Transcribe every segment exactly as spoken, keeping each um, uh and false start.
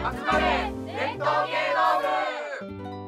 集まれ伝統芸能部。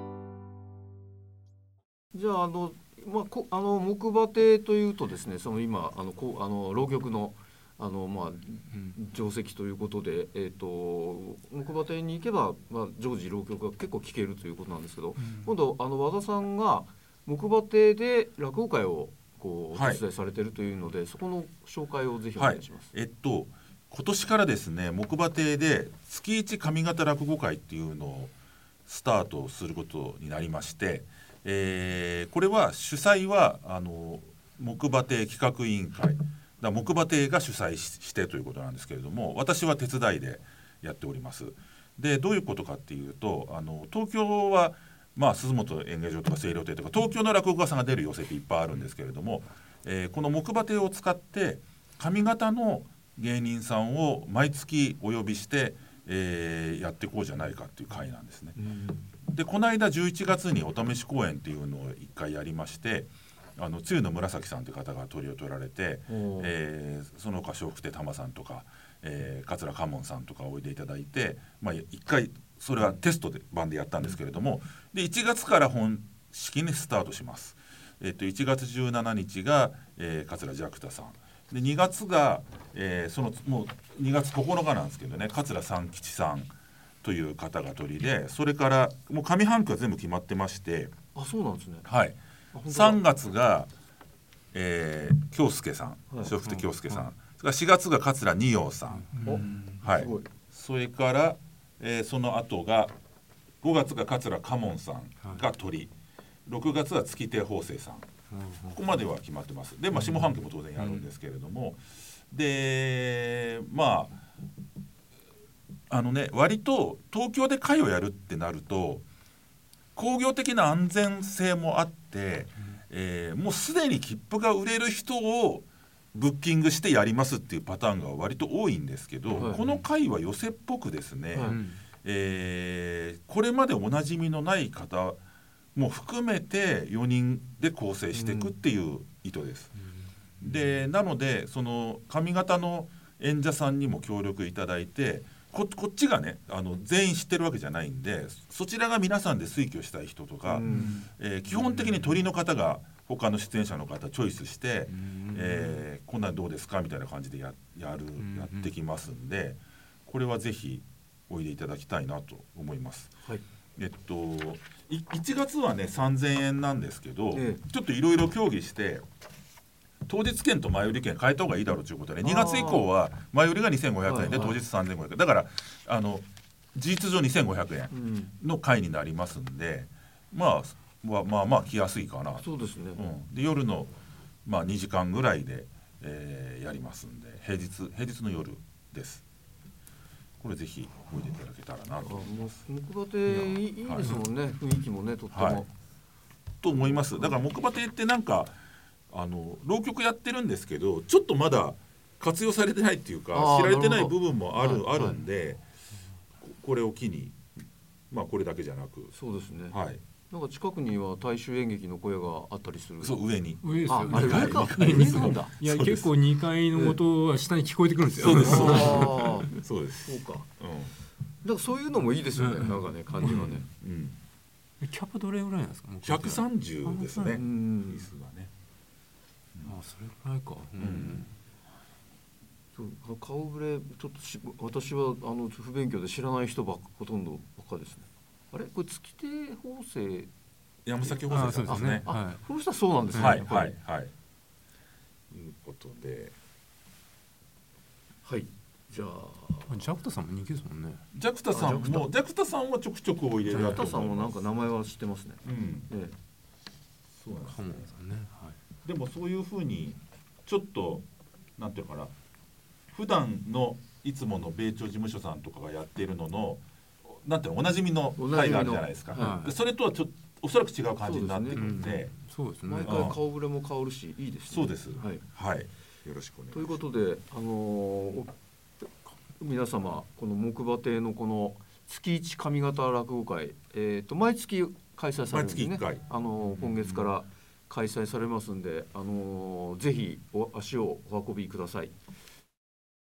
じゃああの、まあ、こあの木馬亭というとですね、その今あのこうあの浪曲のあの、まあ、定石ということで、えー、と木馬亭に行けば、まあ、常時浪曲が結構聴けるということなんですけど、うん、今度あの和田さんが木馬亭で落語会をこうお手伝いされているというので、はい、そこの紹介をぜひお願いします。 はい、えっと今年からですね、木馬亭で月一上方落語会っていうのをスタートすることになりまして、えー、これは主催はあの木馬亭企画委員会だ、木馬亭が主催 し, してということなんですけれども、私は手伝いでやっております。でどういうことかっていうと、あの東京は、まあ、鈴本演芸場とか清涼亭とか東京の落語家さんが出る寄席っていっぱいあるんですけれども、えー、この木馬亭を使って上方の芸人さんを毎月お呼びして、えー、やっていこうじゃないかっていう会なんですね。でこの間じゅういちがつにお試し公演っていうのをいっかいやりまして、あの露の紫さんという方がトリを取られて、えー、その他笑福亭玉さんとか、えー、桂嘉門さんとかおいでいただいて、まあ、いっかいそれはテストで版でやったんですけれども、でいちがつから本式にスタートします。えー、といちがつじゅうしちにちが、えー、桂ジャクタさんで、にがつが、えー、そのもうにがつここのかなんですけどね、桂三吉さんという方が取りで、それからもう上半期は全部決まってまして、 あ、そうなんですね。 はい、さんがつが、えー、京介さん、笑福亭京介さん、はい、それからしがつが桂二葉さん、うん、はい、それから、えー、その後がごがつが桂嘉門さんが取り、はい、ろくがつは月亭法生さん、ここまでは決まってます。で、まあ、下半期も当然やるんですけれども、うん、でまああのね、割と東京で会をやるってなると工業的な安全性もあって、うん、えー、もうすでに切符が売れる人をブッキングしてやりますっていうパターンが割と多いんですけど、はい、この会は寄席っぽくですね、はい、えー、これまでおなじみのない方も含めてよにんで構成していくっていう意図です。うん、でなのでその上方の演者さんにも協力いただいて、こ, こっちがねあの全員知ってるわけじゃないんで、そちらが皆さんで推挙したい人とか、うん、えー、基本的に鳥の方が他の出演者の方チョイスして、うん、えー、こんなんどうですかみたいな感じで や, や, るやってきますんで、これはぜひおいでいただきたいなと思います。はい、えっといちがつはねさんぜんえんなんですけど、ええ、ちょっといろいろ協議して当日券と前売り券変えた方がいいだろうということで、にがつ以降は前売りがにせんごひゃくえんで当日さんぜんごひゃくえんだから、あの事実上にせんごひゃくえんの会になりますんで、うん、まあまあまあまあ来やすいかな。 そうですね、 うん、で夜の、まあ、にじかんぐらいで、えー、やりますんで、平日平日の夜です。これぜひおいでいただけたらなと。 木馬亭いいですもんね、はい、雰囲気もねとっても、はい、 と思います。だから木馬亭ってなんかあの浪曲やってるんですけど、ちょっとまだ活用されてないっていうか知られてない部分もあ る, あるんで、はい、これを機に、まあこれだけじゃなく、 そうですね、 はい、 なんか近くには大衆演劇の小屋があったりする。 そう上に上ですよね。 ああれ上かにかいなんだ。 いや結構にかいの音は下に聞こえてくるんですよ。 そうですそうです。 そうか、うん、だからそういうのもいいですよね、うん、なんかね感じがね、 うんうん、キャパどれぐらいなんですか。 ひゃくさんじゅうですね、椅子がね。 ああそれくらいか、うんうん、 そう顔ぶれちょっとし私はあの不勉強で知らない人ばっかほとんどばっかですね。あれこれ月亭法生山崎法生さんですね。 あ、はい、この人はそうなんですね。 はいはいはい。いうことで、 はい。じゃあジャクタさんも人気ですもんね。 ジャクタさんもジャクタさんはちょくちょくお入れる。 ジャクタさんもなんか名前は知ってますね。 うん。ね、そうなんですね。ね、はい。でもそういう風にちょっとなんていうかな、普段のいつもの米朝事務所さんとかがやっているののなんていうのおなじみの回があるじゃないですか。はい、でそれとはちょっとおそらく違う感じになってくるんで、 そうですね。毎回顔ぶれも変わるしいいですね。 そうです。はい、はい、よろしくお願いします。 ということで、あのー、皆様この木馬亭のこの月一上方落語会、えー、と毎月開催されるんですね。 毎月いっかい、 あのー、今月から開催されますんで、あのー、ぜひお足をお運びください。